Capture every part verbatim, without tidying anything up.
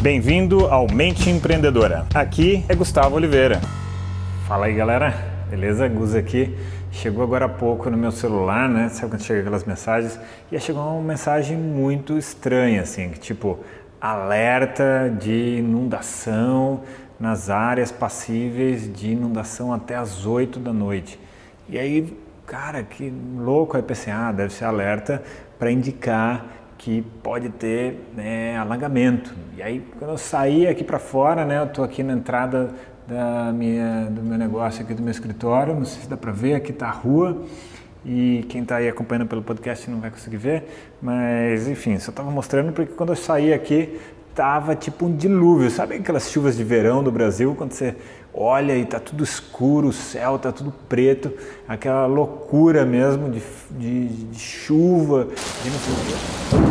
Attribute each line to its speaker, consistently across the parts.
Speaker 1: Bem-vindo ao Mente Empreendedora. Aqui é Gustavo Oliveira. Fala aí, galera. Beleza? Gus aqui. Chegou agora há pouco no meu celular, né? Sabe quando chega aquelas mensagens? E chegou uma mensagem muito estranha, assim, que tipo, alerta de inundação nas áreas passíveis de inundação até as oito da noite. E aí, cara, que louco. Aí pensei, ah, deve ser alerta para indicar que pode ter, né, alagamento. E aí, quando eu saí aqui para fora, né, eu tô aqui na entrada da minha, do meu negócio aqui do meu escritório, não sei se dá para ver, aqui tá a rua, e quem tá aí acompanhando pelo podcast não vai conseguir ver, mas enfim, só tava mostrando porque quando eu saí aqui, tava tipo um dilúvio, sabe aquelas chuvas de verão do Brasil, quando você olha e tá tudo escuro, o céu tá tudo preto, aquela loucura mesmo de, de, de chuva, de não sei o quê.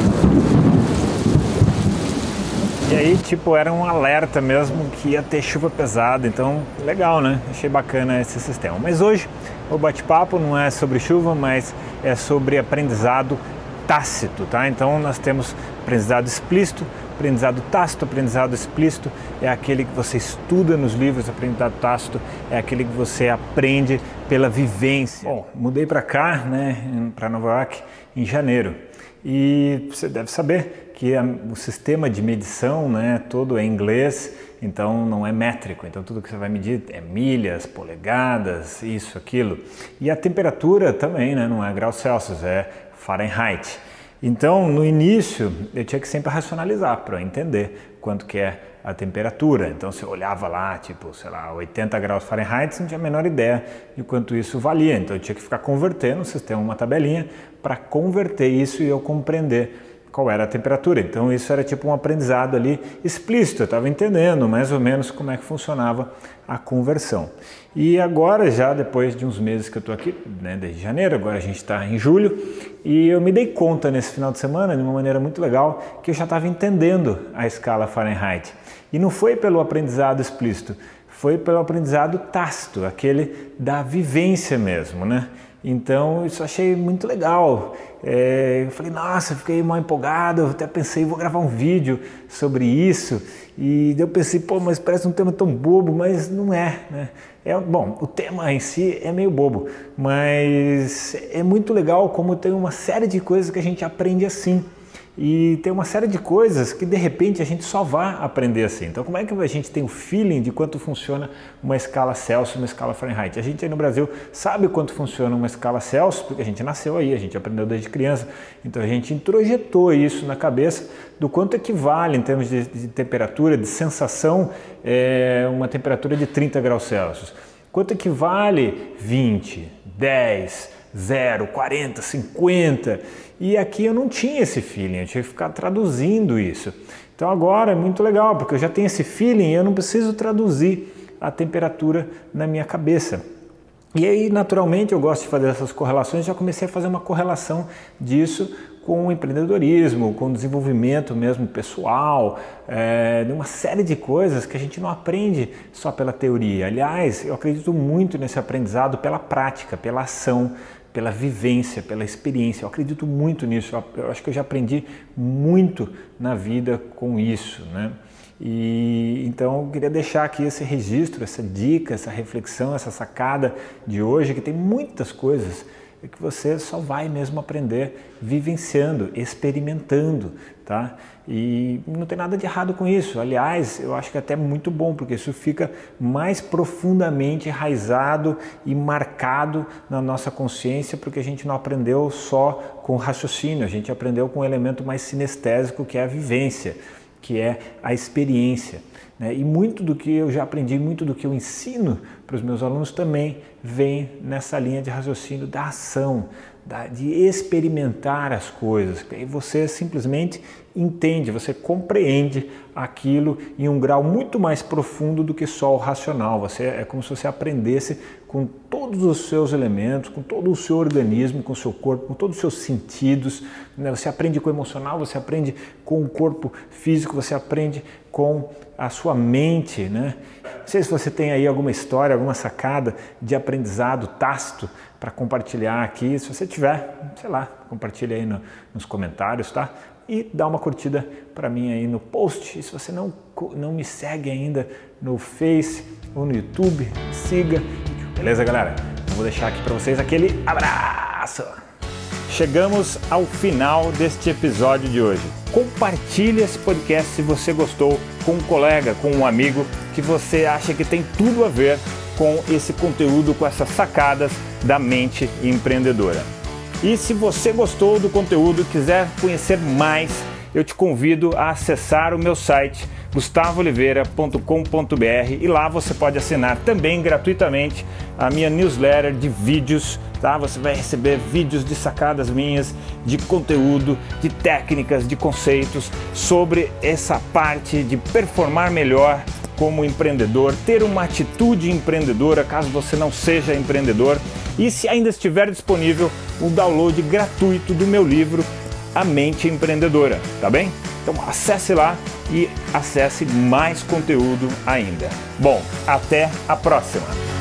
Speaker 1: E aí, tipo, era um alerta mesmo que ia ter chuva pesada, então legal, né? Achei bacana esse sistema. Mas hoje o bate-papo não é sobre chuva, mas é sobre aprendizado tácito, tá? Então nós temos aprendizado explícito, aprendizado tácito. Aprendizado explícito é aquele que você estuda nos livros, aprendizado tácito é aquele que você aprende pela vivência. Bom, mudei para cá, né, para Nova York em janeiro. E você deve saber que a, o sistema de medição, né, todo é em inglês, então não é métrico. Então tudo que você vai medir é milhas, polegadas, isso, aquilo. E a temperatura também, né, não é graus Celsius, é Fahrenheit. Então no início eu tinha que sempre racionalizar para entender quanto que é a temperatura. Então se eu olhava lá, tipo, sei lá, oitenta graus Fahrenheit, você não tinha a menor ideia de quanto isso valia. Então eu tinha que ficar convertendo o sistema, uma tabelinha, para converter isso e eu compreender qual era a temperatura. Então isso era tipo um aprendizado ali explícito, eu estava entendendo mais ou menos como é que funcionava a conversão. E agora já depois de uns meses que eu estou aqui, né, desde janeiro, agora a gente está em julho, e eu me dei conta nesse final de semana, de uma maneira muito legal, que eu já estava entendendo a escala Fahrenheit. E não foi pelo aprendizado explícito, foi pelo aprendizado tácito, aquele da vivência mesmo, né? Então isso eu achei muito legal. É, eu falei, nossa, eu fiquei mal empolgado, eu até pensei, vou gravar um vídeo sobre isso. E eu pensei, pô, mas parece um tema tão bobo, mas não é, né? É, bom, o tema em si é meio bobo, mas é muito legal como tem uma série de coisas que a gente aprende assim. E tem uma série de coisas que de repente a gente só vai aprender assim. Então como é que a gente tem o feeling de quanto funciona uma escala Celsius, uma escala Fahrenheit? A gente aí no Brasil sabe quanto funciona uma escala Celsius, porque a gente nasceu aí, a gente aprendeu desde criança. Então a gente introjetou isso na cabeça do quanto equivale em termos de, de temperatura, de sensação, é, uma temperatura de trinta graus Celsius. Quanto equivale vinte, dez, zero, quarenta, cinquenta, e aqui eu não tinha esse feeling, eu tinha que ficar traduzindo isso. Então agora é muito legal, porque eu já tenho esse feeling e eu não preciso traduzir a temperatura na minha cabeça. E aí, naturalmente, eu gosto de fazer essas correlações, já comecei a fazer uma correlação disso com o empreendedorismo, com o desenvolvimento mesmo pessoal, é, de uma série de coisas que a gente não aprende só pela teoria. Aliás, eu acredito muito nesse aprendizado pela prática, pela ação, pela vivência, pela experiência. Eu acredito muito nisso, eu acho que eu já aprendi muito na vida com isso, né? E então eu queria deixar aqui esse registro, essa dica, essa reflexão, essa sacada de hoje, que tem muitas coisas que você só vai mesmo aprender vivenciando, experimentando, tá? E não tem nada de errado com isso. Aliás, eu acho que é até muito bom, porque isso fica mais profundamente enraizado e marcado na nossa consciência, porque a gente não aprendeu só com raciocínio, a gente aprendeu com um elemento mais sinestésico, que é a vivência, que é a experiência, né? E muito do que eu já aprendi, muito do que eu ensino para os meus alunos também vem nessa linha de raciocínio da ação, da, de experimentar as coisas. Aí você simplesmente entende, você compreende aquilo em um grau muito mais profundo do que só o racional. Você, é como se você aprendesse com todos os seus elementos, com todo o seu organismo, com o seu corpo, com todos os seus sentidos, né? Você aprende com o emocional, você aprende com o corpo físico, você aprende com a sua mente, né? Não sei se você tem aí alguma história, alguma sacada de aprendizado tácito para compartilhar aqui. Se você tiver, sei lá, compartilha aí no, nos comentários, tá? e dá uma curtida para mim aí no post. E se você não, não me segue ainda no Face ou no YouTube, siga. Beleza, galera? Eu vou deixar aqui para vocês aquele abraço. Chegamos ao final deste episódio de hoje. Compartilhe esse podcast se você gostou com um colega, com um amigo que você acha que tem tudo a ver com esse conteúdo, com essas sacadas da mente empreendedora. E se você gostou do conteúdo e quiser conhecer mais, eu te convido a acessar o meu site gustavo oliveira ponto com ponto b r e lá você pode assinar também gratuitamente a minha newsletter de vídeos, tá? Você vai receber vídeos de sacadas minhas, de conteúdo, de técnicas, de conceitos sobre essa parte de performar melhor como empreendedor, ter uma atitude empreendedora caso você não seja empreendedor, e se ainda estiver disponível o download gratuito do meu livro A Mente Empreendedora, tá bem? Então acesse lá e acesse mais conteúdo ainda. Bom, até a próxima!